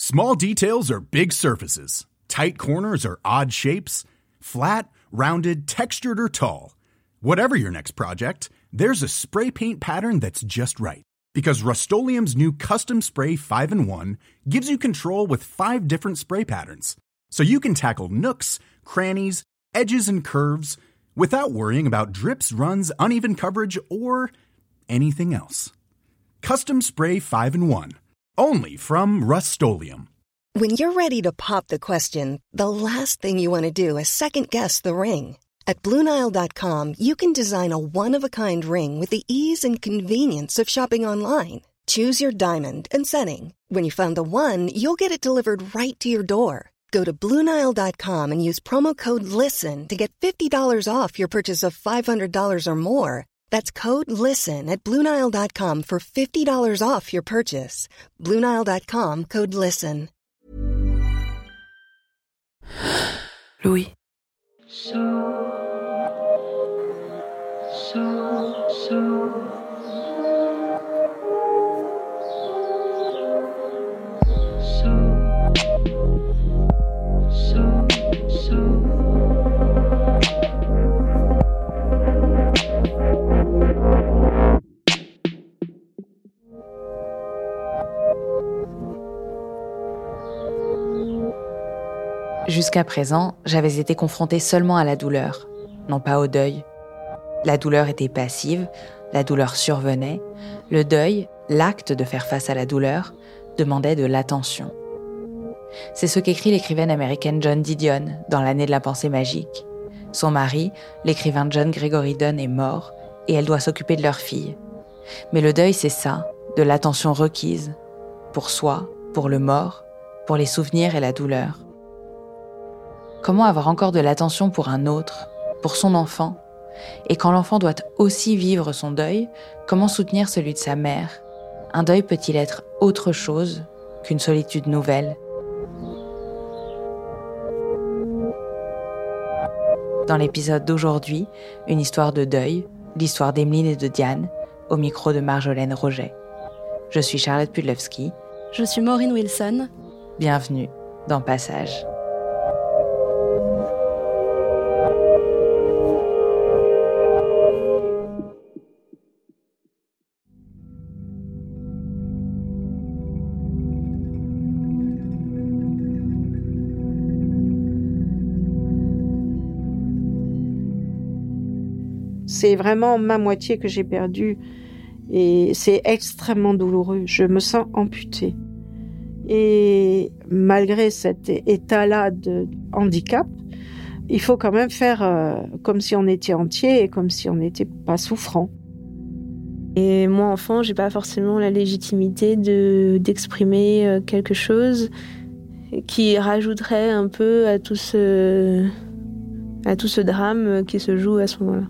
Small details are big surfaces. Tight corners are odd shapes. Flat, rounded, textured, or tall. Whatever your next project, there's a spray paint pattern that's just right. Because Rust-Oleum's new Custom Spray 5-in-1 gives you control with 5 different spray patterns. So you can tackle nooks, crannies, edges, and curves without worrying about drips, runs, uneven coverage, or anything else. Custom Spray 5-in-1. Only from Rust-Oleum. When you're ready to pop the question, the last thing you want to do is second-guess the ring. At BlueNile.com, you can design a one-of-a-kind ring with the ease and convenience of shopping online. Choose your diamond and setting. When you find the one, you'll get it delivered right to your door. Go to BlueNile.com and use promo code LISTEN to get $50 off your purchase of $500 or more. That's code LISTEN at BlueNile.com for $50 off your purchase. BlueNile.com, code LISTEN. Louis. Jusqu'à présent, j'avais été confrontée seulement à la douleur, non pas au deuil. La douleur était passive, la douleur survenait. Le deuil, l'acte de faire face à la douleur, demandait de l'attention. C'est ce qu'écrit l'écrivaine américaine Joan Didion dans L'année de la pensée magique. Son mari, l'écrivain John Gregory Dunne, est mort et elle doit s'occuper de leur fille. Mais le deuil, c'est ça, de l'attention requise, pour soi, pour le mort, pour les souvenirs et la douleur. Comment avoir encore de l'attention pour un autre, pour son enfant ? Et quand l'enfant doit aussi vivre son deuil, comment soutenir celui de sa mère ? Un deuil peut-il être autre chose qu'une solitude nouvelle ? Dans l'épisode d'aujourd'hui, une histoire de deuil, l'histoire d'Emeline et de Diane, au micro de Marjolaine Roget. Je suis Charlotte Pudlewski. Je suis Maureen Wilson. Bienvenue dans Passage. C'est vraiment ma moitié que j'ai perdue et c'est extrêmement douloureux. Je me sens amputée. Et malgré cet état-là de handicap, il faut quand même faire comme si on était entier et comme si on n'était pas souffrant. Et moi, enfant, j'ai pas forcément la légitimité d'exprimer quelque chose qui rajouterait un peu à tout ce drame qui se joue à ce moment-là.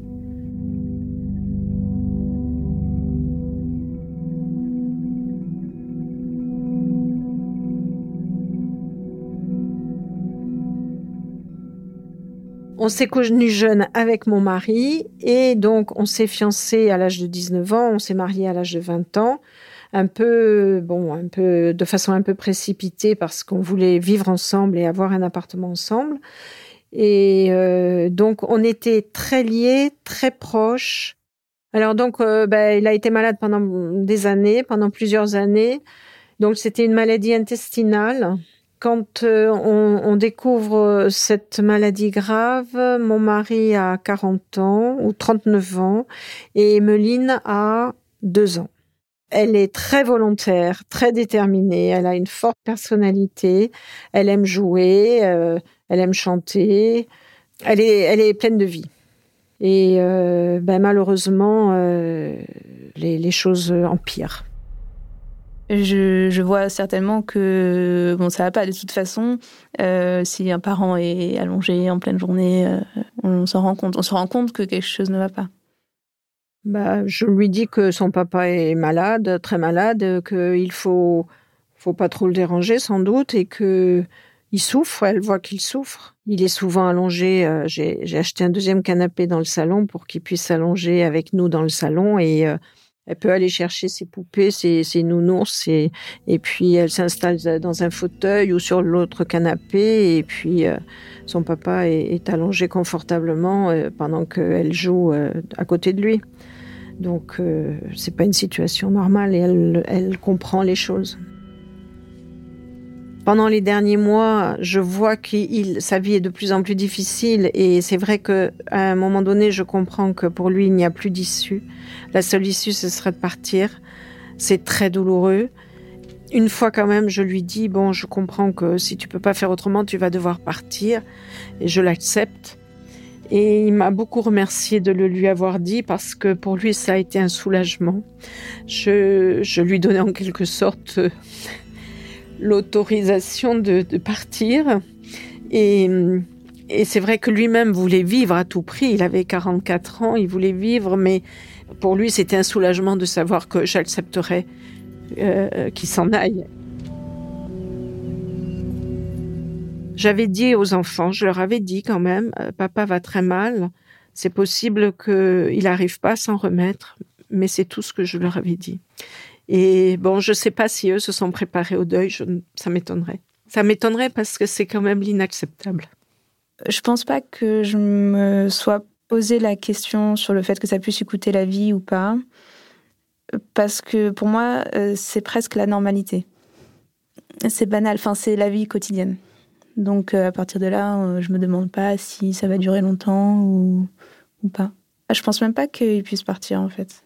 On s'est connus jeunes avec mon mari et donc on s'est fiancés à l'âge de 19 ans, on s'est mariés à l'âge de 20 ans, un peu de façon un peu précipitée parce qu'on voulait vivre ensemble et avoir un appartement ensemble. Et donc on était très liés, très proches. Alors donc il a été malade pendant des années, pendant plusieurs années. Donc c'était une maladie intestinale. Quand on découvre cette maladie grave, mon mari a 40 ans ou 39 ans et Emeline a 2 ans. Elle est très volontaire, très déterminée, elle a une forte personnalité, elle aime jouer, elle aime chanter, elle est pleine de vie. Et malheureusement, les choses empirent. Je vois certainement que ça va pas de toute façon. Si un parent est allongé en pleine journée, on se rend compte que quelque chose ne va pas. Je lui dis que son papa est malade, très malade, qu'il faut pas trop le déranger sans doute et que il souffre. Elle voit qu'il souffre. Il est souvent allongé. J'ai acheté un deuxième canapé dans le salon pour qu'il puisse s'allonger avec nous dans le salon et Elle peut aller chercher ses poupées, ses nounours, et puis elle s'installe dans un fauteuil ou sur l'autre canapé, et puis son papa est allongé confortablement pendant qu'elle joue à côté de lui. Donc c'est pas une situation normale, et elle comprend les choses. Pendant les derniers mois, je vois que sa vie est de plus en plus difficile, et c'est vrai qu'à un moment donné, je comprends que pour lui, il n'y a plus d'issue. La seule issue, ce serait de partir. C'est très douloureux. Une fois quand même, je lui dis, bon, je comprends que si tu peux pas faire autrement, tu vas devoir partir, et je l'accepte. Et il m'a beaucoup remercié de le lui avoir dit, parce que pour lui, ça a été un soulagement. Je lui donnais en quelque sorte l'autorisation de partir. Et c'est vrai que lui-même voulait vivre à tout prix. Il avait 44 ans, il voulait vivre, mais pour lui, c'était un soulagement de savoir que j'accepterais qu'il s'en aille. J'avais dit aux enfants, je leur avais dit quand même, papa va très mal, c'est possible qu'il n'arrive pas à s'en remettre, mais c'est tout ce que je leur avais dit. Et bon, je ne sais pas si eux se sont préparés au deuil, ça m'étonnerait. Ça m'étonnerait parce que c'est quand même l'inacceptable. Je ne pense pas que je me sois posé la question sur le fait que ça puisse lui coûter la vie ou pas, parce que pour moi, c'est presque la normalité. C'est banal, enfin, c'est la vie quotidienne. Donc à partir de là, je me demande pas si ça va durer longtemps ou pas. Je pense même pas qu'il puisse partir en fait.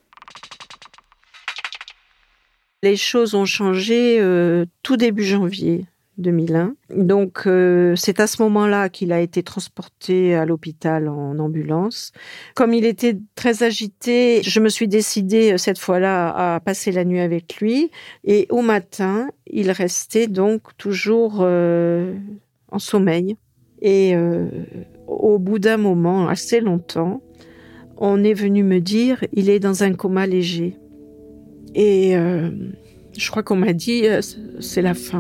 Les choses ont changé tout début janvier 2001. Donc c'est à ce moment-là qu'il a été transporté à l'hôpital en ambulance. Comme il était très agité, je me suis décidée cette fois-là à passer la nuit avec lui. Et au matin, il restait donc toujours en sommeil. Et au bout d'un moment, assez longtemps, on est venu me dire « il est dans un coma léger ». Et je crois qu'on m'a dit « c'est la fin ».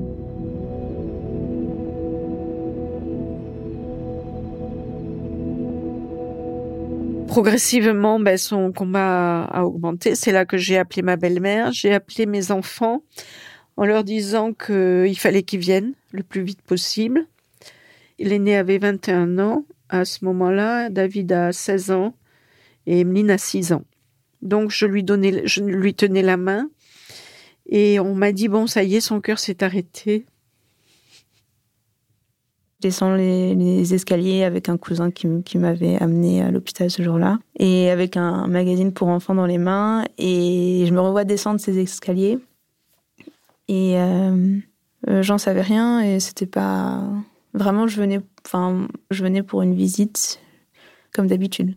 Progressivement, son combat a augmenté. C'est là que j'ai appelé ma belle-mère, j'ai appelé mes enfants en leur disant qu'il fallait qu'ils viennent le plus vite possible. L'aîné avait 21 ans à ce moment-là, David a 16 ans et Emeline a 6 ans. Donc je lui tenais la main et on m'a dit, bon, ça y est, son cœur s'est arrêté. Je descends les escaliers avec un cousin qui m'avait amené à l'hôpital ce jour-là, et avec un magazine pour enfants dans les mains, et je me revois descendre ces escaliers, et j'en savais rien, et c'était pas... Vraiment, je venais pour une visite, comme d'habitude.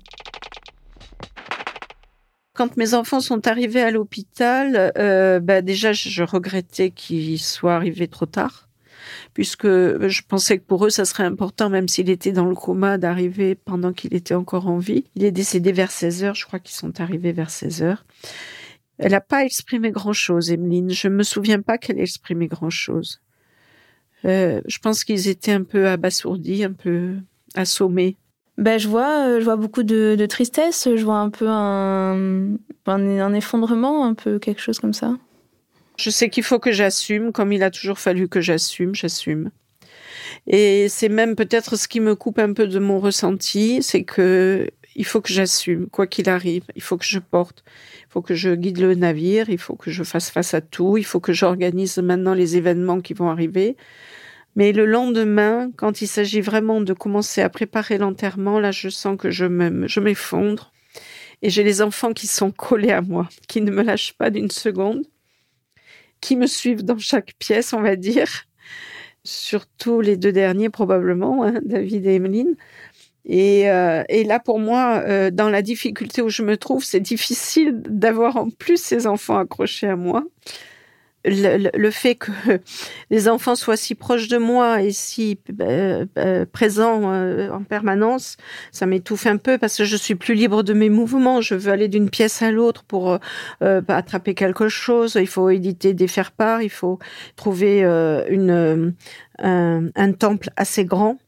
Quand mes enfants sont arrivés à l'hôpital, déjà, je regrettais qu'ils soient arrivés trop tard, puisque je pensais que pour eux, ça serait important, même s'il était dans le coma, d'arriver pendant qu'il était encore en vie. Il est décédé vers 16h, je crois qu'ils sont arrivés vers 16h. Elle n'a pas exprimé grand-chose, Emeline. Je ne me souviens pas qu'elle ait exprimé grand-chose. Je pense qu'ils étaient un peu abasourdis, un peu assommés. Je vois beaucoup de tristesse, je vois un peu un effondrement, un peu quelque chose comme ça. Je sais qu'il faut que j'assume, comme il a toujours fallu que j'assume. Et c'est même peut-être ce qui me coupe un peu de mon ressenti, c'est que il faut que j'assume, quoi qu'il arrive. Il faut que je porte, il faut que je guide le navire, il faut que je fasse face à tout, il faut que j'organise maintenant les événements qui vont arriver. Mais le lendemain, quand il s'agit vraiment de commencer à préparer l'enterrement, là, je sens que je m'effondre. Et j'ai les enfants qui sont collés à moi, qui ne me lâchent pas d'une seconde, qui me suivent dans chaque pièce, on va dire. Surtout les deux derniers, probablement, David et Emeline. Et là, pour moi, dans la difficulté où je me trouve, c'est difficile d'avoir en plus ces enfants accrochés à moi. Le fait que les enfants soient si proches de moi et si présents en permanence, ça m'étouffe un peu parce que je suis plus libre de mes mouvements. Je veux aller d'une pièce à l'autre pour attraper quelque chose. Il faut éditer des faire-part. Il faut trouver un temple assez grand.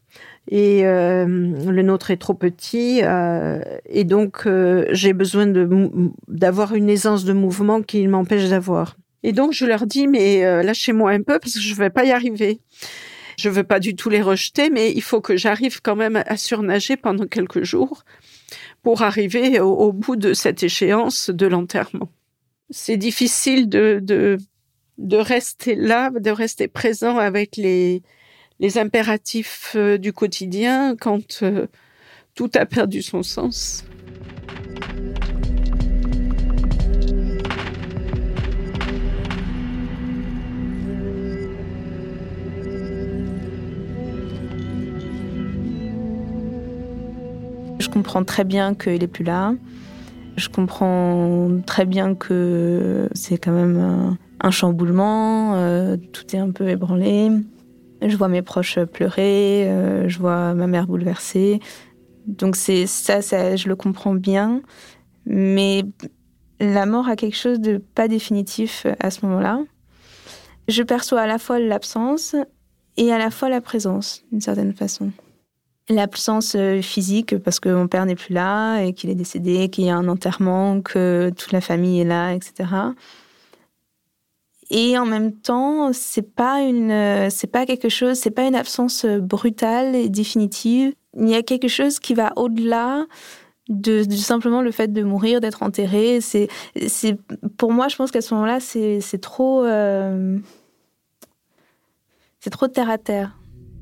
et le nôtre est trop petit, et donc j'ai besoin d'avoir une aisance de mouvement qui m'empêche d'avoir. Et donc je leur dis, mais lâchez-moi un peu parce que je vais pas y arriver. Je veux pas du tout les rejeter, mais il faut que j'arrive quand même à surnager pendant quelques jours pour arriver au bout de cette échéance de l'enterrement. C'est difficile de rester là, de rester présent avec les impératifs du quotidien quand tout a perdu son sens. Je comprends très bien qu'il n'est plus là. Je comprends très bien que c'est quand même un chamboulement, tout est un peu ébranlé. Je vois mes proches pleurer, je vois ma mère bouleversée. Donc c'est ça, je le comprends bien. Mais la mort a quelque chose de pas définitif à ce moment-là. Je perçois à la fois l'absence et à la fois la présence, d'une certaine façon. L'absence physique, parce que mon père n'est plus là et qu'il est décédé, qu'il y a un enterrement, que toute la famille est là, etc. Et en même temps, c'est pas quelque chose, c'est pas une absence brutale et définitive. Il y a quelque chose qui va au-delà de simplement le fait de mourir, d'être enterré. C'est pour moi, je pense qu'à ce moment-là, c'est trop terre à terre.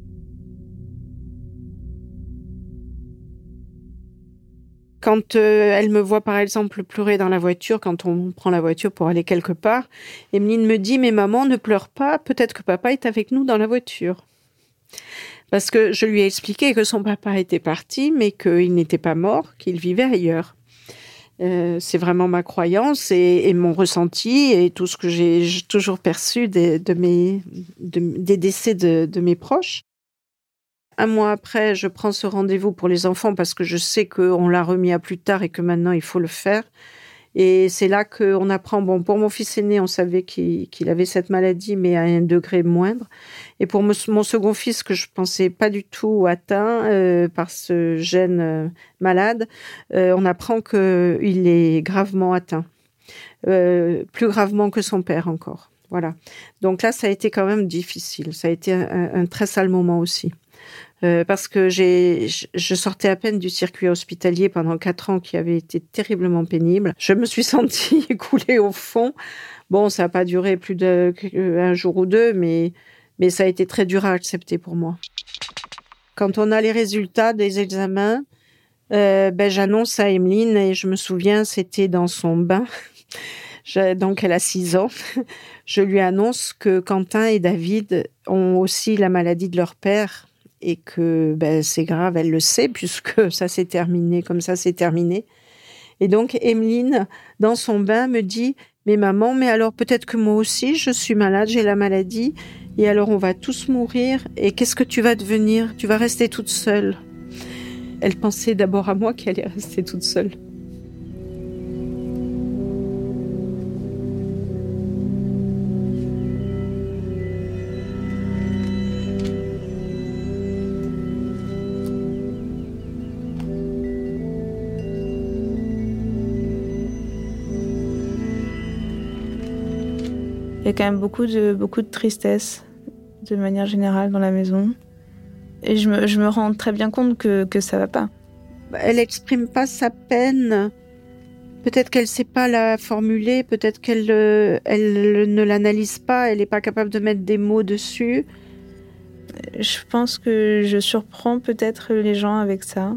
Quand elle me voit, par exemple, pleurer dans la voiture, quand on prend la voiture pour aller quelque part, Emeline me dit « Mais maman, ne pleure pas, peut-être que papa est avec nous dans la voiture. » Parce que je lui ai expliqué que son papa était parti, mais qu'il n'était pas mort, qu'il vivait ailleurs. C'est vraiment ma croyance et mon ressenti et tout ce que j'ai toujours perçu des décès de mes proches. Un mois après, je prends ce rendez-vous pour les enfants parce que je sais qu'on l'a remis à plus tard et que maintenant il faut le faire. Et c'est là qu'on apprend, bon, pour mon fils aîné, on savait qu'il avait cette maladie, mais à un degré moindre. Et pour mon second fils, que je pensais pas du tout atteint par ce gène malade, on apprend qu'il est gravement atteint. Plus gravement que son père encore. Voilà. Donc là, ça a été quand même difficile. Ça a été un très sale moment aussi. Parce que je sortais à peine du circuit hospitalier pendant 4 ans qui avait été terriblement pénible. Je me suis sentie écoulée au fond. Bon, ça n'a pas duré plus d'un jour ou deux, mais ça a été très dur à accepter pour moi. Quand on a les résultats des examens, j'annonce à Emeline, et je me souviens, c'était dans son bain. Donc, elle a 6 ans. Je lui annonce que Quentin et David ont aussi la maladie de leur père. Et que c'est grave, elle le sait, puisque ça s'est terminé comme ça s'est terminé. Et donc, Emeline, dans son bain, me dit « Mais maman, mais alors peut-être que moi aussi, je suis malade, j'ai la maladie, et alors on va tous mourir, et qu'est-ce que tu vas devenir ? Tu vas rester toute seule. » Elle pensait d'abord à moi qui allait rester toute seule. Il y a quand même beaucoup de tristesse, de manière générale, dans la maison. Et je me rends très bien compte que ça va pas. Elle exprime pas sa peine. Peut-être qu'elle sait pas la formuler, peut-être qu'elle ne l'analyse pas, elle est pas capable de mettre des mots dessus. Je pense que je surprends peut-être les gens avec ça.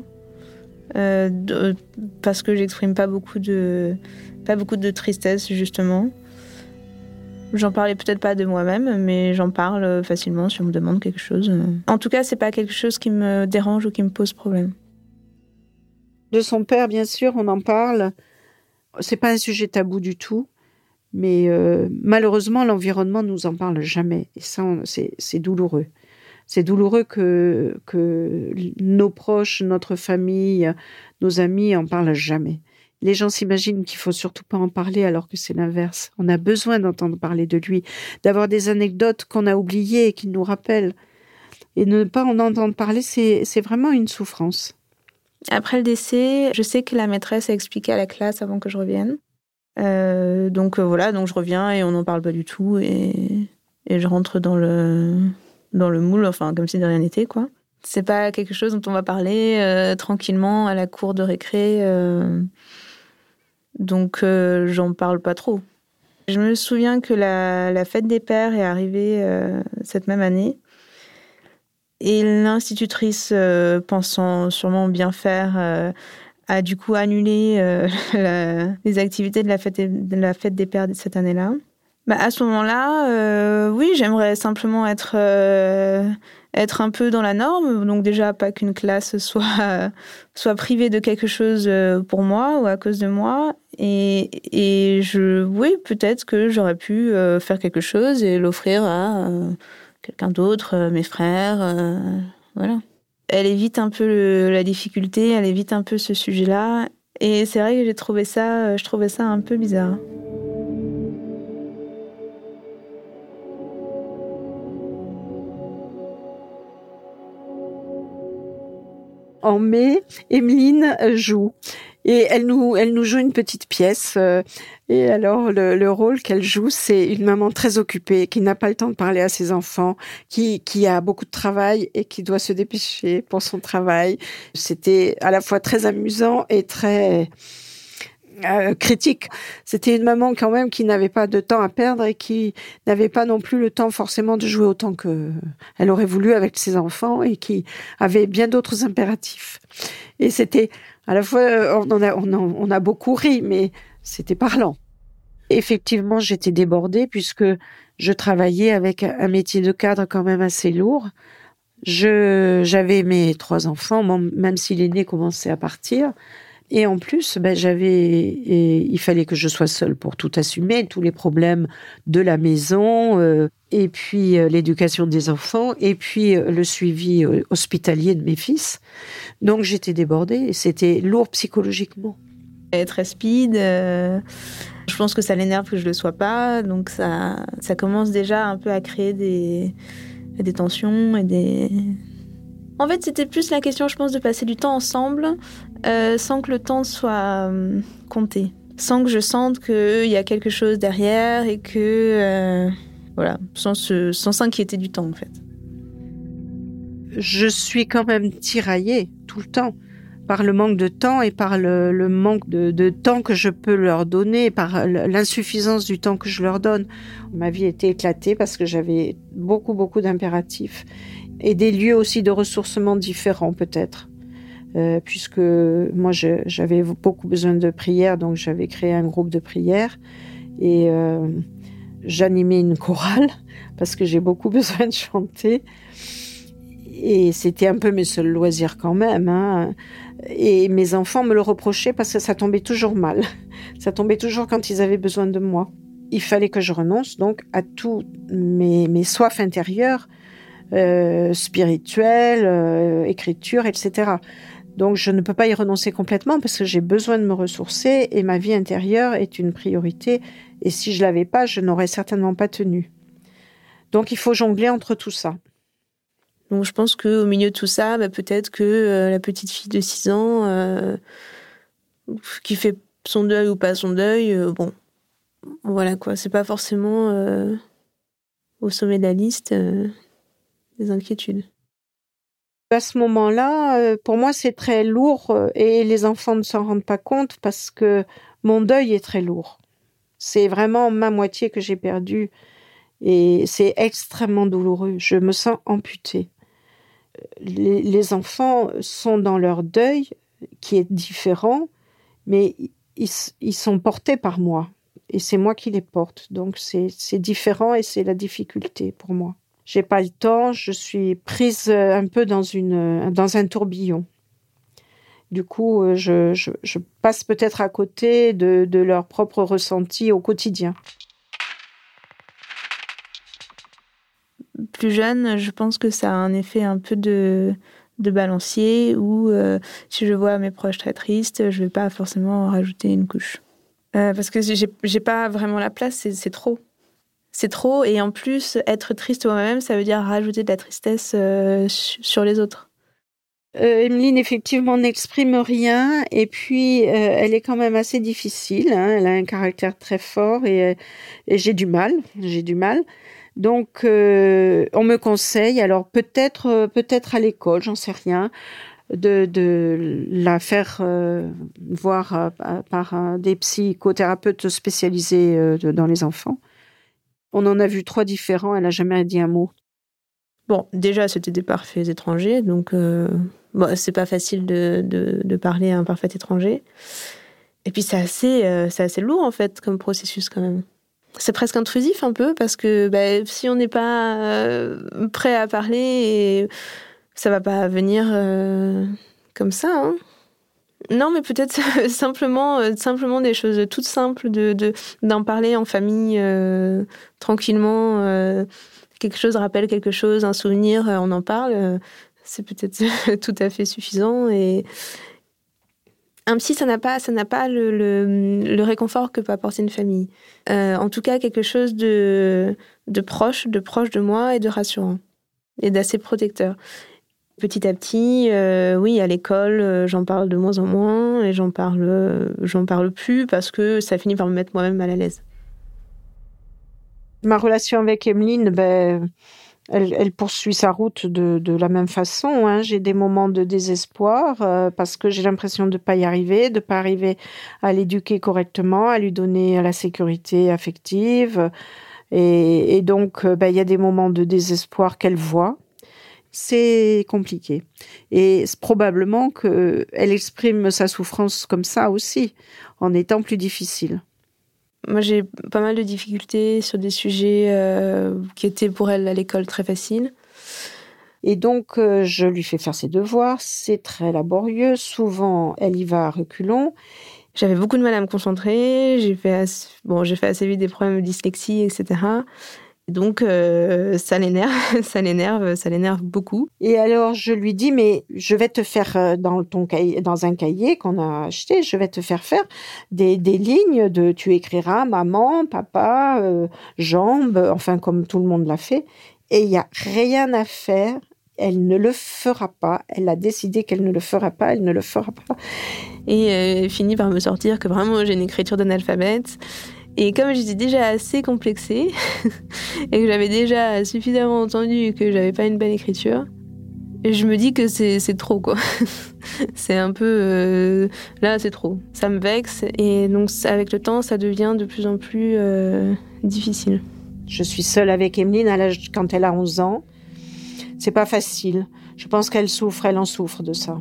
Parce que j'exprime pas beaucoup de tristesse, justement. J'en parlais peut-être pas de moi-même, mais j'en parle facilement si on me demande quelque chose. En tout cas, c'est pas quelque chose qui me dérange ou qui me pose problème. De son père, bien sûr, on en parle. C'est pas un sujet tabou du tout, mais malheureusement, l'environnement nous en parle jamais. Et ça, c'est douloureux. C'est douloureux que nos proches, notre famille, nos amis en parlent jamais. Les gens s'imaginent qu'il faut surtout pas en parler alors que c'est l'inverse. On a besoin d'entendre parler de lui, d'avoir des anecdotes qu'on a oubliées et qui nous rappellent. Et ne pas en entendre parler, c'est vraiment une souffrance. Après le décès, je sais que la maîtresse a expliqué à la classe avant que je revienne. Donc je reviens et on n'en parle pas du tout et je rentre dans le moule, enfin comme si de rien n'était, quoi. C'est pas quelque chose dont on va parler tranquillement à la cour de récré, donc j'en parle pas trop. Je me souviens que la fête des pères est arrivée cette même année. Et l'institutrice, pensant sûrement bien faire, a du coup annulé les activités de la fête des pères de cette année-là. À ce moment-là, oui, j'aimerais simplement être un peu dans la norme. Donc déjà, pas qu'une classe soit privée de quelque chose pour moi ou à cause de moi. Oui, peut-être que j'aurais pu faire quelque chose et l'offrir à quelqu'un d'autre, mes frères, voilà. Elle évite un peu la difficulté, elle évite un peu ce sujet-là. Et c'est vrai que je trouvais ça un peu bizarre. En mai, Emeline joue. Et elle nous joue une petite pièce. Et alors, le rôle qu'elle joue, c'est une maman très occupée, qui n'a pas le temps de parler à ses enfants, qui a beaucoup de travail et qui doit se dépêcher pour son travail. C'était à la fois très amusant et très critique. C'était une maman quand même qui n'avait pas de temps à perdre et qui n'avait pas non plus le temps forcément de jouer autant que elle aurait voulu avec ses enfants et qui avait bien d'autres impératifs. Et c'était à la fois, on a beaucoup ri, mais c'était parlant. Effectivement, j'étais débordée puisque je travaillais avec un métier de cadre quand même assez lourd. J'avais mes 3 enfants, même si l'aîné commençait à partir. Et en plus, il fallait que je sois seule pour tout assumer, tous les problèmes de la maison, et puis l'éducation des enfants, et puis le suivi hospitalier de mes fils. Donc j'étais débordée et c'était lourd psychologiquement. Elle est très speed, je pense que ça l'énerve que je le sois pas, donc ça commence déjà un peu à créer des tensions et des... En fait, c'était plus la question, je pense, de passer du temps ensemble sans que le temps soit compté. Sans que je sente qu'il y a quelque chose derrière et que... sans s'inquiéter du temps, en fait. Je suis quand même tiraillée tout le temps par le manque de temps et par le manque de temps que je peux leur donner, par l'insuffisance du temps que je leur donne. Ma vie était éclatée parce que j'avais beaucoup, beaucoup d'impératifs. Et des lieux aussi de ressourcement différents peut-être, puisque moi j'avais beaucoup besoin de prière, donc j'avais créé un groupe de prière et j'animais une chorale parce que j'ai beaucoup besoin de chanter et c'était un peu mes seuls loisirs quand même, hein. Et mes enfants me le reprochaient parce que ça tombait toujours mal, ça tombait toujours quand ils avaient besoin de moi. Il fallait que je renonce donc à tous mes soifs intérieures, spirituelle, écriture, etc. Donc je ne peux pas y renoncer complètement parce que j'ai besoin de me ressourcer et ma vie intérieure est une priorité et si je l'avais pas, je n'aurais certainement pas tenu. Donc il faut jongler entre tout ça. Donc je pense qu'au milieu de tout ça, peut-être que la petite fille de 6 ans qui fait son deuil ou pas son deuil, voilà quoi, c'est pas forcément au sommet de la liste des inquiétudes. À ce moment-là, pour moi, c'est très lourd et les enfants ne s'en rendent pas compte parce que mon deuil est très lourd. C'est vraiment ma moitié que j'ai perdue et c'est extrêmement douloureux. Je me sens amputée. Les enfants sont dans leur deuil qui est différent, mais ils sont portés par moi et c'est moi qui les porte. Donc c'est différent et c'est la difficulté pour moi. J'ai pas le temps, je suis prise un peu dans un tourbillon. Du coup, je passe peut-être à côté de leur propre ressenti au quotidien. Plus jeune, je pense que ça a un effet un peu de balancier où si je vois mes proches très tristes, je vais pas forcément rajouter une couche. Parce que j'ai pas vraiment la place, c'est trop. c'est trop. Et en plus, être triste moi-même, ça veut dire rajouter de la tristesse sur les autres. Emeline, effectivement, n'exprime rien. Et puis, elle est quand même assez difficile. Elle a un caractère très fort et j'ai du mal. Donc, on me conseille, alors peut-être à l'école, j'en sais rien, de la faire voir par des psychothérapeutes spécialisés dans les enfants. On en a vu 3 différents, elle n'a jamais dit un mot. Bon, déjà, c'était des parfaits étrangers, donc c'est pas facile de parler à un parfait étranger. Et puis c'est assez lourd, en fait, comme processus, quand même. C'est presque intrusif, un peu, parce que si on n'est pas prêt à parler, ça va pas venir comme ça, hein. Non, mais peut-être simplement des choses toutes simples, d'en parler en famille tranquillement. Quelque chose rappelle quelque chose, un souvenir, on en parle. C'est peut-être tout à fait suffisant. Et un psy, ça n'a pas le réconfort que peut apporter une famille. En tout cas, quelque chose de proche de moi et de rassurant et d'assez protecteur. Petit à petit, oui, à l'école, j'en parle de moins en moins et j'en parle plus parce que ça finit par me mettre moi-même mal à l'aise. Ma relation avec Emeline, elle poursuit sa route de la même façon, hein. J'ai des moments de désespoir parce que j'ai l'impression de ne pas y arriver, de ne pas arriver à l'éduquer correctement, à lui donner la sécurité affective. Et donc, il y a des moments de désespoir qu'elle voit. C'est compliqué. Et c'est probablement qu'elle exprime sa souffrance comme ça aussi, en étant plus difficile. Moi, j'ai pas mal de difficultés sur des sujets qui étaient pour elle à l'école très faciles. Et donc, je lui fais faire ses devoirs. C'est très laborieux. Souvent, elle y va à reculons. J'avais beaucoup de mal à me concentrer. J'ai fait assez vite des problèmes de dyslexie, etc. Donc, ça l'énerve beaucoup. Et alors, je lui dis, mais je vais te faire dans un cahier qu'on a acheté, je vais te faire des lignes de tu écriras maman, papa, jambes, enfin, comme tout le monde l'a fait. Et il n'y a rien à faire. Elle ne le fera pas. Elle a décidé qu'elle ne le fera pas. Elle ne le fera pas. Et elle finit par me sortir que vraiment j'ai une écriture d'analphabète. Et comme j'étais déjà assez complexée et que j'avais déjà suffisamment entendu que j'avais pas une belle écriture, je me dis que c'est trop, quoi. C'est un peu... là, c'est trop. Ça me vexe et donc avec le temps, ça devient de plus en plus difficile. Je suis seule avec Emeline quand elle a 11 ans. C'est pas facile. Je pense qu'elle en souffre de ça.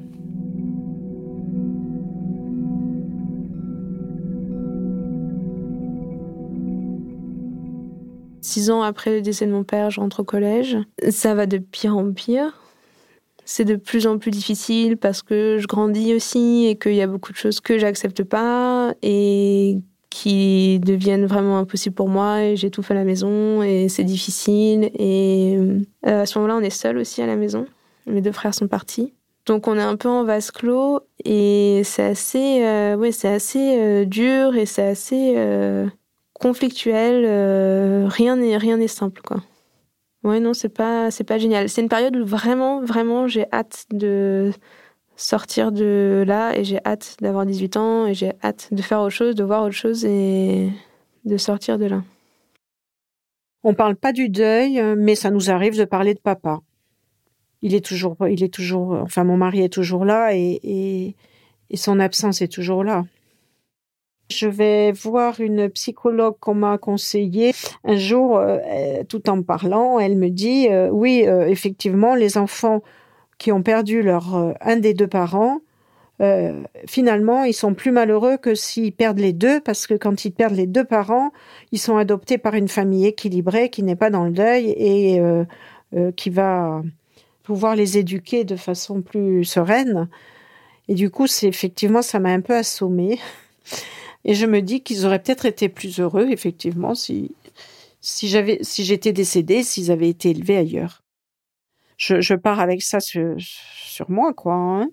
Six ans après le décès de mon père, je rentre au collège. Ça va de pire en pire. C'est de plus en plus difficile parce que je grandis aussi et qu'il y a beaucoup de choses que j'accepte pas et qui deviennent vraiment impossibles pour moi et j'étouffe à la maison et c'est difficile. Et à ce moment-là, on est seuls aussi à la maison. Mes 2 frères sont partis. Donc on est un peu en vase clos et c'est assez dur et c'est assez... conflictuel, rien n'est simple, quoi. Ouais, non, c'est pas génial. C'est une période où vraiment, j'ai hâte de sortir de là et j'ai hâte d'avoir 18 ans et j'ai hâte de faire autre chose, de voir autre chose et de sortir de là. On parle pas du deuil, mais ça nous arrive de parler de papa. Il est toujours, enfin, mon mari est toujours là et son absence est toujours là. Je vais voir une psychologue qu'on m'a conseillée. Un jour, tout en parlant, elle me dit oui, effectivement, les enfants qui ont perdu un des 2 parents, finalement, ils sont plus malheureux que s'ils perdent les 2, parce que quand ils perdent les 2 parents, ils sont adoptés par une famille équilibrée qui n'est pas dans le deuil et qui va pouvoir les éduquer de façon plus sereine. Et du coup, effectivement, ça m'a un peu assommée. Et je me dis qu'ils auraient peut-être été plus heureux, effectivement, si j'étais décédée, s'ils avaient été élevés ailleurs. Je pars avec ça sur moi, quoi. Hein.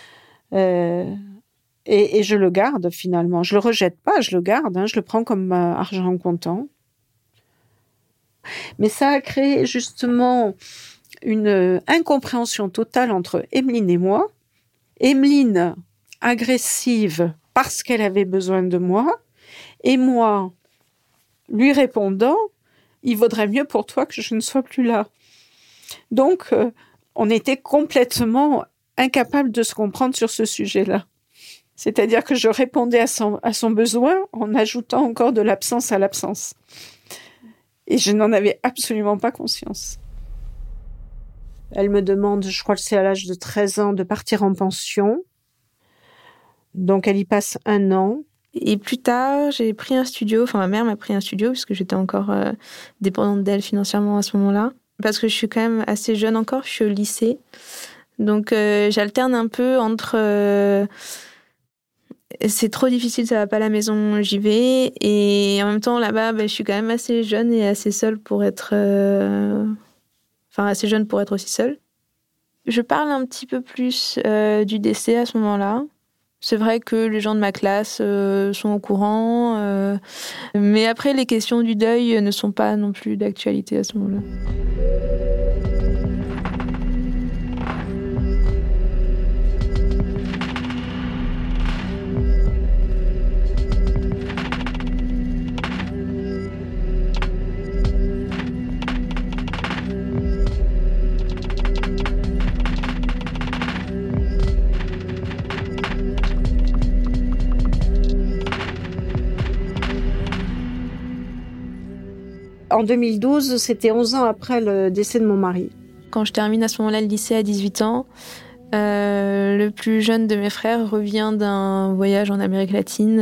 Et je le garde, finalement. Je le rejette pas, je le garde. Hein, je le prends comme argent comptant. Mais ça a créé justement une incompréhension totale entre Emeline et moi. Emeline, agressive parce qu'elle avait besoin de moi, et moi, lui répondant, il vaudrait mieux pour toi que je ne sois plus là. Donc, on était complètement incapables de se comprendre sur ce sujet-là. C'est-à-dire que je répondais à son besoin en ajoutant encore de l'absence à l'absence. Et je n'en avais absolument pas conscience. Elle me demande, je crois que c'est à l'âge de 13 ans, de partir en pension. Donc, elle y passe 1 an. Et plus tard, j'ai pris un studio. Enfin, ma mère m'a pris un studio puisque j'étais encore dépendante d'elle financièrement à ce moment-là. Parce que je suis quand même assez jeune encore, je suis au lycée. Donc, j'alterne un peu entre... c'est trop difficile, ça va pas à la maison, j'y vais. Et en même temps, là-bas, je suis quand même assez jeune et assez seule pour être... Enfin, assez jeune pour être aussi seule. Je parle un petit peu plus du décès à ce moment-là. C'est vrai que les gens de ma classe sont au courant. Mais après, les questions du deuil ne sont pas non plus d'actualité à ce moment-là. En 2012, c'était 11 ans après le décès de mon mari. Quand je termine à ce moment-là le lycée à 18 ans, le plus jeune de mes frères revient d'un voyage en Amérique latine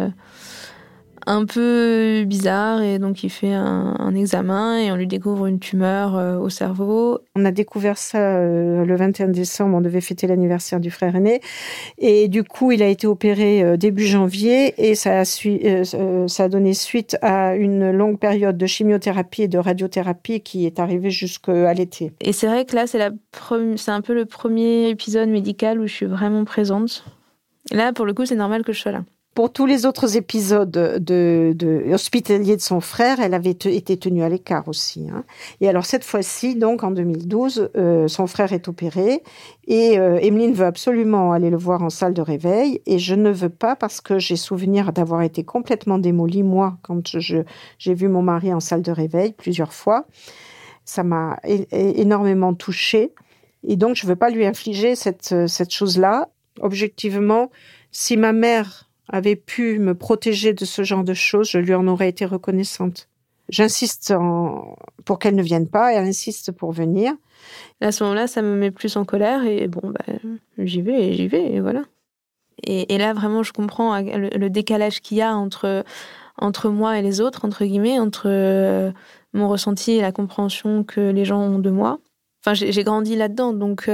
un peu bizarre, et donc il fait un examen et on lui découvre une tumeur au cerveau. On a découvert ça le 21 décembre, on devait fêter l'anniversaire du frère aîné, et du coup il a été opéré début janvier, et ça a donné suite à une longue période de chimiothérapie et de radiothérapie qui est arrivée jusqu'à l'été. Et c'est vrai que là c'est un peu le premier épisode médical où je suis vraiment présente. Et là pour le coup c'est normal que je sois là. Pour tous les autres épisodes de hospitaliers de son frère, elle avait été tenue à l'écart aussi. Et alors cette fois-ci, donc en 2012, son frère est opéré et Emeline veut absolument aller le voir en salle de réveil, et je ne veux pas parce que j'ai souvenir d'avoir été complètement démolie, moi, quand j'ai vu mon mari en salle de réveil plusieurs fois. Ça m'a énormément touchée, et donc je ne veux pas lui infliger cette chose-là. Objectivement, si ma mère avait pu me protéger de ce genre de choses, je lui en aurais été reconnaissante. J'insiste pour qu'elle ne vienne pas, et elle insiste pour venir. À ce moment-là, ça me met plus en colère, et bon, j'y vais, et voilà. Et là, vraiment, je comprends le décalage qu'il y a entre moi et les autres, entre guillemets, entre mon ressenti et la compréhension que les gens ont de moi. Enfin, j'ai grandi là-dedans,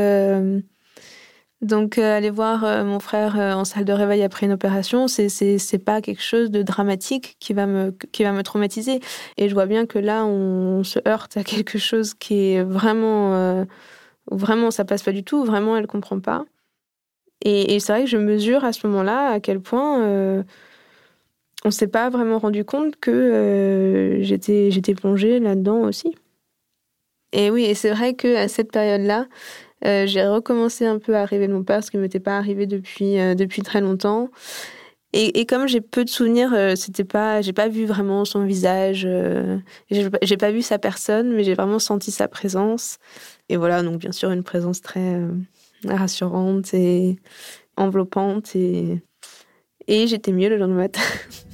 donc aller voir mon frère en salle de réveil après une opération, c'est pas quelque chose de dramatique qui va me traumatiser. Et je vois bien que là, on se heurte à quelque chose qui est vraiment ça passe pas du tout. Vraiment, elle comprend pas. Et c'est vrai que je mesure à ce moment-là à quel point on s'est pas vraiment rendu compte que j'étais plongée là-dedans aussi. Et oui, et c'est vrai que à cette période-là, j'ai recommencé un peu à rêver de mon père, ce qui ne m'était pas arrivé depuis très longtemps. Et comme j'ai peu de souvenirs, j'ai pas vu vraiment son visage, j'ai pas vu sa personne, mais j'ai vraiment senti sa présence. Et voilà, donc bien sûr une présence très rassurante et enveloppante, et j'étais mieux le lendemain matin.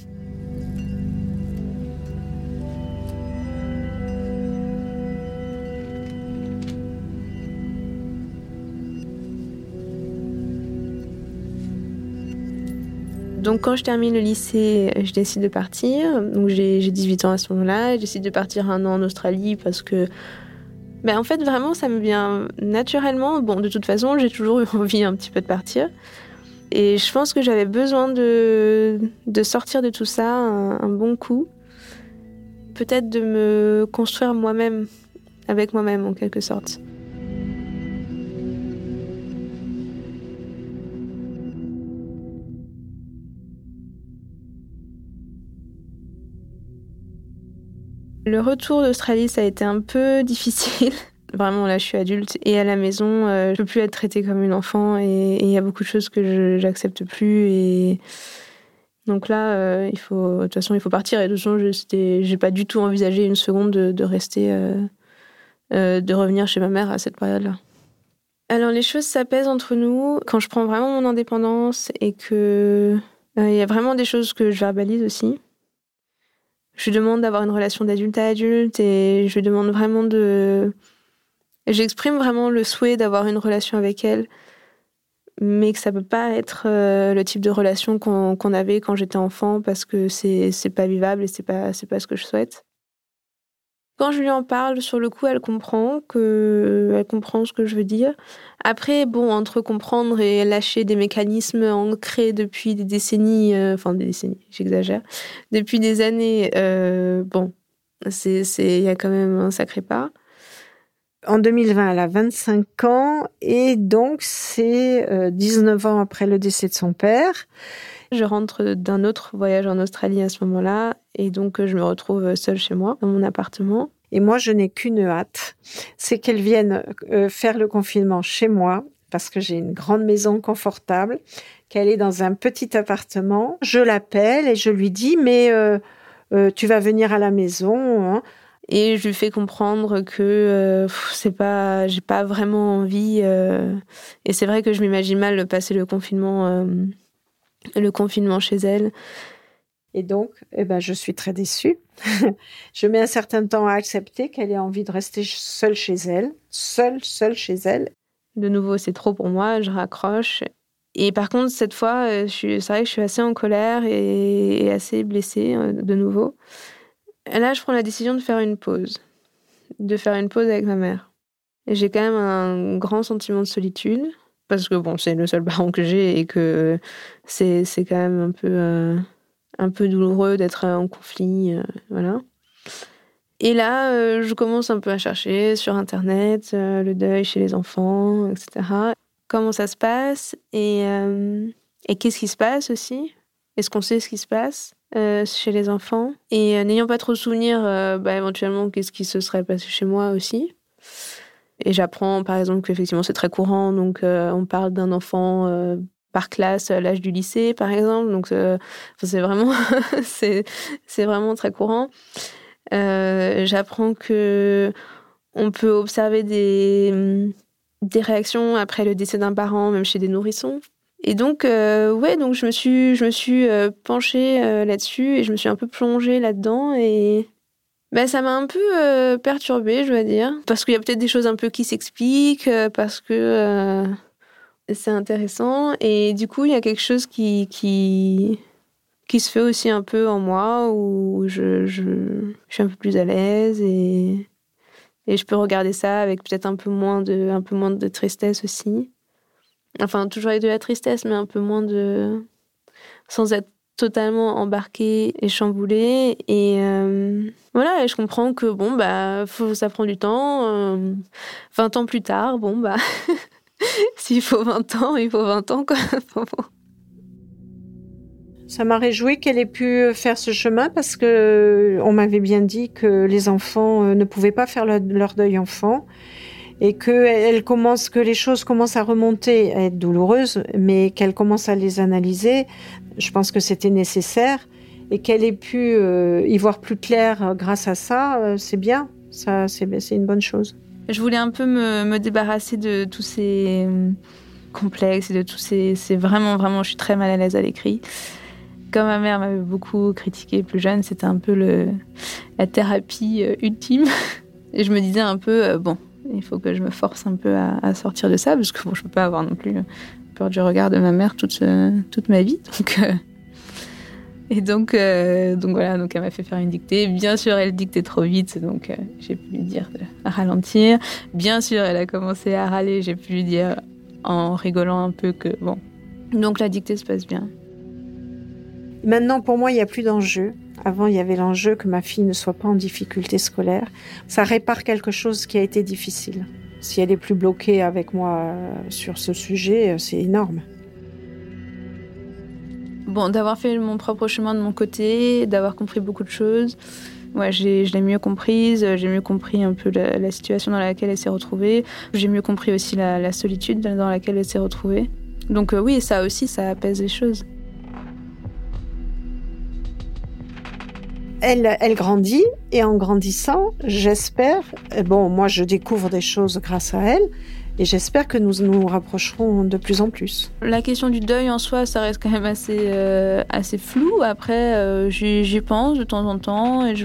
Donc quand je termine le lycée, je décide de partir. Donc j'ai 18 ans à ce moment-là. Je décide de partir 1 an en Australie parce que... en fait, vraiment, ça me vient naturellement. Bon, de toute façon, j'ai toujours eu envie un petit peu de partir. Et je pense que j'avais besoin de sortir de tout ça un bon coup. Peut-être de me construire moi-même, avec moi-même en quelque sorte. Le retour d'Australie, ça a été un peu difficile. Vraiment, là, je suis adulte et à la maison, je peux plus être traitée comme une enfant et il y a beaucoup de choses que j'accepte plus. Et donc là, de toute façon, il faut partir. Et de toute façon, j'ai pas du tout envisagé une seconde de rester, de revenir chez ma mère à cette période-là. Alors, les choses s'apaisent entre nous quand je prends vraiment mon indépendance et que il y a vraiment des choses que je verbalise aussi. Je lui demande d'avoir une relation d'adulte à adulte et je lui demande vraiment j'exprime vraiment le souhait d'avoir une relation avec elle, mais que ça peut pas être le type de relation qu'on avait quand j'étais enfant parce que c'est pas vivable et c'est pas ce que je souhaite. Quand je lui en parle, sur le coup, elle comprend ce que je veux dire. Après, bon, entre comprendre et lâcher des mécanismes ancrés depuis des décennies, j'exagère, depuis des années, il y a quand même un sacré pas. En 2020, elle a 25 ans et donc c'est 19 ans après le décès de son père. Je rentre d'un autre voyage en Australie à ce moment-là et donc je me retrouve seule chez moi, dans mon appartement. Et moi, je n'ai qu'une hâte, c'est qu'elle vienne faire le confinement chez moi parce que j'ai une grande maison confortable, qu'elle est dans un petit appartement. Je l'appelle et je lui dis « mais tu vas venir à la maison hein ?» Et je lui fais comprendre que j'ai pas vraiment envie. Et c'est vrai que je m'imagine mal passer le confinement chez elle. Et donc, je suis très déçue. Je mets un certain temps à accepter qu'elle ait envie de rester seule chez elle, seule chez elle. De nouveau, c'est trop pour moi, je raccroche. Et par contre, cette fois, c'est vrai que je suis assez en colère et assez blessée de nouveau. Là, je prends la décision de faire une pause avec ma mère. Et j'ai quand même un grand sentiment de solitude, parce que bon, c'est le seul parent que j'ai et que c'est quand même un peu douloureux d'être en conflit, voilà. Et là, je commence un peu à chercher sur Internet le deuil chez les enfants, etc. Comment ça se passe et qu'est-ce qui se passe aussi ? Est-ce qu'on sait ce qui se passe chez les enfants ? Et n'ayant pas trop souvenir, éventuellement, qu'est-ce qui se serait passé chez moi aussi ? Et j'apprends, par exemple, qu'effectivement, c'est très courant. Donc, on parle d'un enfant par classe à l'âge du lycée, par exemple. Donc, c'est vraiment, c'est vraiment très courant. J'apprends que on peut observer des réactions après le décès d'un parent, même chez des nourrissons. Et donc, donc je me suis penchée là-dessus et je me suis un peu plongée là-dedans et ça m'a un peu perturbée, je dois dire, parce qu'il y a peut-être des choses un peu qui s'expliquent, parce que c'est intéressant et du coup il y a quelque chose qui se fait aussi un peu en moi où je suis un peu plus à l'aise et je peux regarder ça avec peut-être un peu moins de tristesse aussi. Enfin, toujours avec de la tristesse, mais un peu moins sans être totalement embarquée et chamboulée. Et voilà, et je comprends que, ça prend du temps. 20 ans plus tard, s'il faut 20 ans, il faut 20 ans, quoi. Ça m'a réjoui qu'elle ait pu faire ce chemin parce que on m'avait bien dit que les enfants ne pouvaient pas faire leur deuil enfant. Et que les choses commencent à remonter, à être douloureuses, mais qu'elle commence à les analyser. Je pense que c'était nécessaire et qu'elle ait pu y voir plus clair grâce à ça, c'est bien. Ça, c'est une bonne chose. Je voulais un peu me débarrasser de tous ces complexes et de tous ces... C'est vraiment, je suis très mal à l'aise à l'écrit. Comme ma mère m'avait beaucoup critiquée plus jeune, c'était un peu la thérapie ultime. Et je me disais un peu, il faut que je me force un peu à sortir de ça, parce que je peux pas avoir non plus peur du regard de ma mère toute ma vie. Donc voilà, donc elle m'a fait faire une dictée. Bien sûr, elle dictait trop vite, donc j'ai pu lui dire de ralentir. Bien sûr, elle a commencé à râler, j'ai pu lui dire en rigolant un peu que bon. Donc la dictée se passe bien. Maintenant, pour moi, il n'y a plus d'enjeu. Avant, il y avait l'enjeu que ma fille ne soit pas en difficulté scolaire. Ça répare quelque chose qui a été difficile. Si elle est plus bloquée avec moi sur ce sujet, c'est énorme. Bon, d'avoir fait mon propre chemin de mon côté, d'avoir compris beaucoup de choses, Ouais, je l'ai mieux comprise, j'ai mieux compris un peu la situation dans laquelle elle s'est retrouvée. J'ai mieux compris aussi la solitude dans laquelle elle s'est retrouvée. Donc oui, ça aussi, ça apaise les choses. Elle grandit, et en grandissant, j'espère... Bon, moi, je découvre des choses grâce à elle, et j'espère que nous nous rapprocherons de plus en plus. La question du deuil en soi, ça reste quand même assez flou. Après, j'y pense de temps en temps, et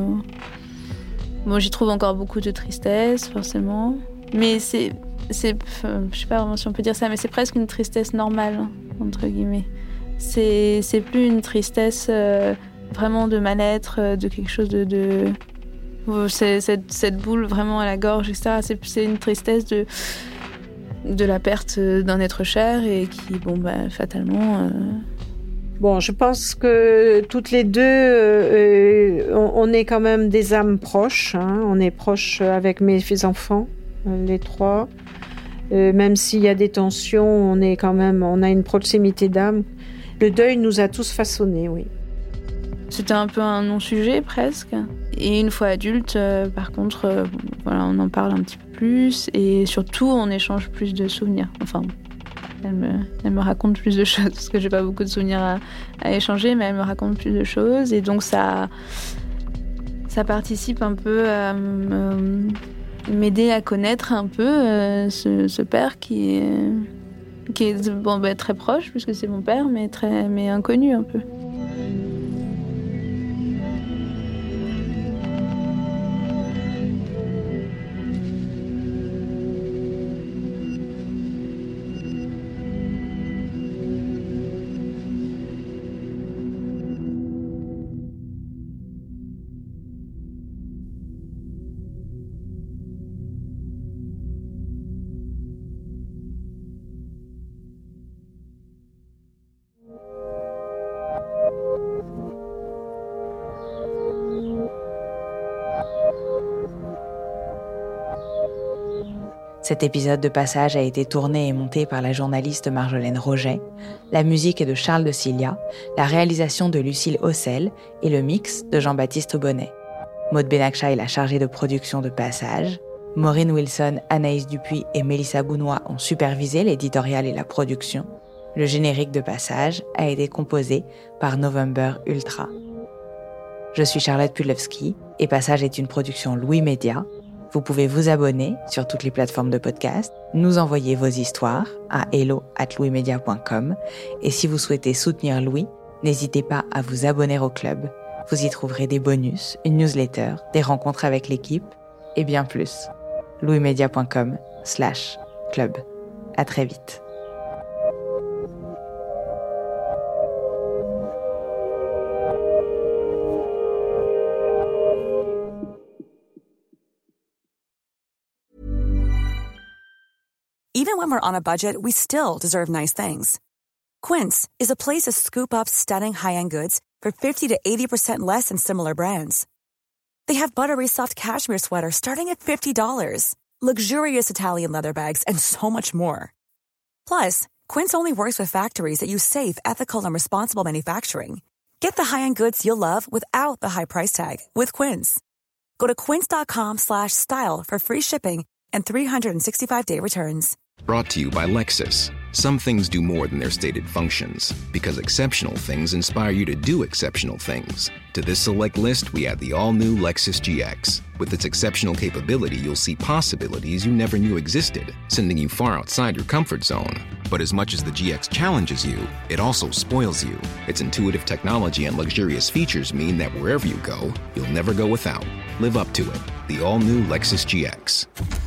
j'y trouve encore beaucoup de tristesse, forcément. Mais je sais pas vraiment si on peut dire ça, mais c'est presque une tristesse normale, entre guillemets. C'est plus une tristesse vraiment de mal-être, de quelque chose de c'est cette boule vraiment à la gorge, etc. C'est une tristesse de la perte d'un être cher et qui, fatalement... Bon, je pense que toutes les deux, on est quand même des âmes proches. Hein. On est proches avec mes enfants, les trois. Même s'il y a des tensions, on a une proximité d'âme. Le deuil nous a tous façonnés, oui. C'était un peu un non-sujet presque. Et une fois adulte, par contre, on en parle un petit peu plus. Et surtout, on échange plus de souvenirs. Enfin, elle me raconte plus de choses, parce que j'ai pas beaucoup de souvenirs à échanger, mais elle me raconte plus de choses. Et donc, ça participe un peu à m'aider à connaître un peu ce père qui est très proche, puisque c'est mon père, mais inconnu un peu. Cet épisode de Passage a été tourné et monté par la journaliste Marjolaine Roget. La musique est de Charles de Cilia, la réalisation de Lucille Hossel et le mix de Jean-Baptiste Aubonnet. Maud Benakcha est la chargée de production de Passage. Maureen Wilson, Anaïs Dupuis et Mélissa Bounois ont supervisé l'éditorial et la production. Le générique de Passage a été composé par November Ultra. Je suis Charlotte Pudlewski et Passage est une production Louis Média. Vous pouvez vous abonner sur toutes les plateformes de podcast, nous envoyer vos histoires à hello@louismedia.com et si vous souhaitez soutenir Louis, n'hésitez pas à vous abonner au club. Vous y trouverez des bonus, une newsletter, des rencontres avec l'équipe et bien plus. louismedia.com/club. À très vite. Even when we're on a budget, we still deserve nice things. Quince is a place to scoop up stunning high-end goods for 50 to 80% less than similar brands. They have buttery soft cashmere sweaters starting at $50, luxurious Italian leather bags, and so much more. Plus, Quince only works with factories that use safe, ethical, and responsible manufacturing. Get the high-end goods you'll love without the high price tag with Quince. Go to quince.com/style for free shipping and 365-day returns. Brought to you by Lexus. Some things do more than their stated functions, because exceptional things inspire you to do exceptional things. To this select list, we add the all-new Lexus GX. With its exceptional capability, you'll see possibilities you never knew existed, sending you far outside your comfort zone. But as much as the GX challenges you, it also spoils you. Its intuitive technology and luxurious features mean that wherever you go, you'll never go without. Live up to it. The all-new Lexus GX.